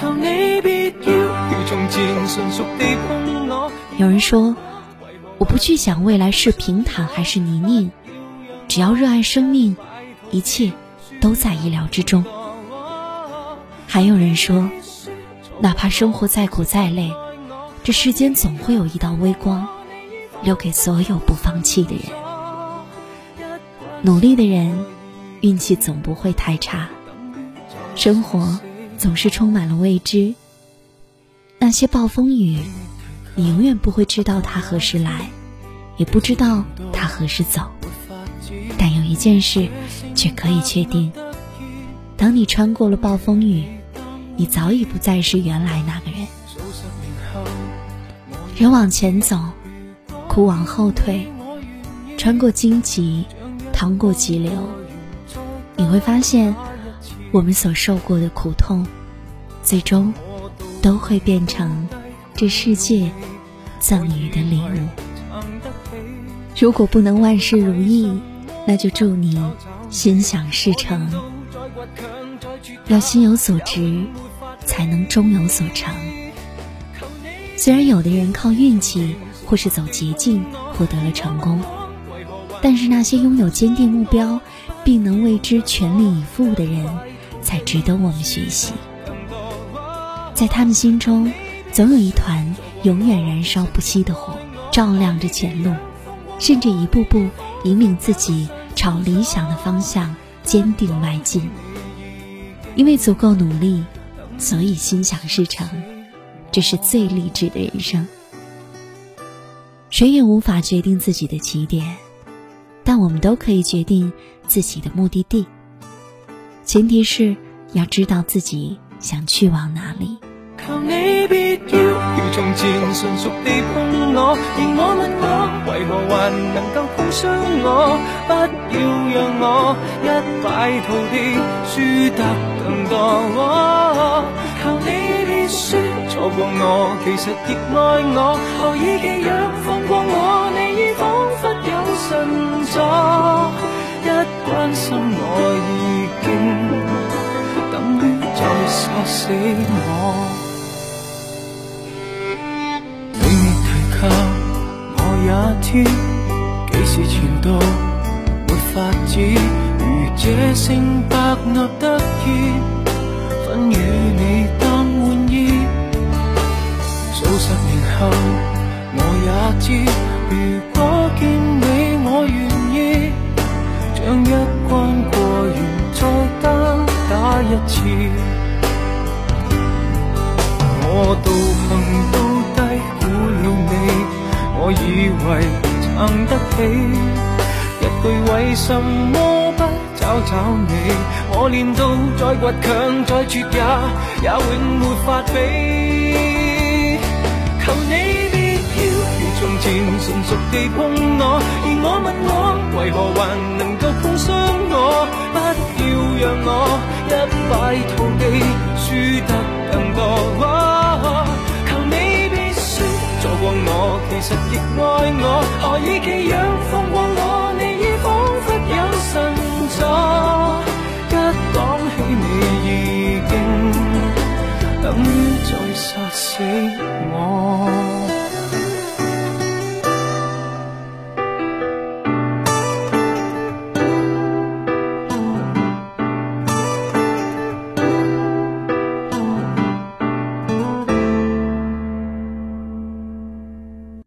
有人说，我不去想未来是平坦还是泥泞，只要热爱生命，一切都在意料之中。还有人说，哪怕生活再苦再累，这世间总会有一道微光，留给所有不放弃的人。努力的人，运气总不会太差。生活总是充满了未知，那些暴风雨，你永远不会知道它何时来，也不知道它何时走。但有一件事却可以确定，当你穿过了暴风雨，你早已不再是原来那个人。人往前走，苦往后退，穿过荆棘，趟过急流，你会发现我们所受过的苦痛，最终都会变成这世界赠予的礼物。如果不能万事如意，那就祝你心想事成。要心有所值，才能终有所成。虽然有的人靠运气或是走捷径获得了成功，但是那些拥有坚定目标并能为之全力以赴的人，才值得我们学习。在他们心中，总有一团永远燃烧不息的火，照亮着前路，甚至一步步引领自己朝理想的方向坚定迈进。因为足够努力，所以心想事成，这是最励志的人生。谁也无法决定自己的起点，但我们都可以决定自己的目的地，前提是要知道自己想去往哪里。 求你別要從前純熟地碰我，而我問我為何還能夠碰傷我，不要讓我一敗塗地輸得更多。求你別說錯過我，其實亦愛我，何以寄養放過我，你已彷彿有神助，一關心我已經等於在殺死我。也知幾時前度沒法子，如這聲百納得意，分與你當玩意。數十年後我也知，如果見你我願意，將一關過完再單打一次。我道行到低估了你，我以為撐得起，一句為什麼不找找你，我練到再倔強再絕也永沒法比。求你別要如從前純熟地碰我，而我問我為何還能夠碰傷我，不要讓我一敗塗地輸得更多。錯過我，其實亦愛我，何以寄養放過我，你已彷彿有神助，一講起你已經等於在殺死我。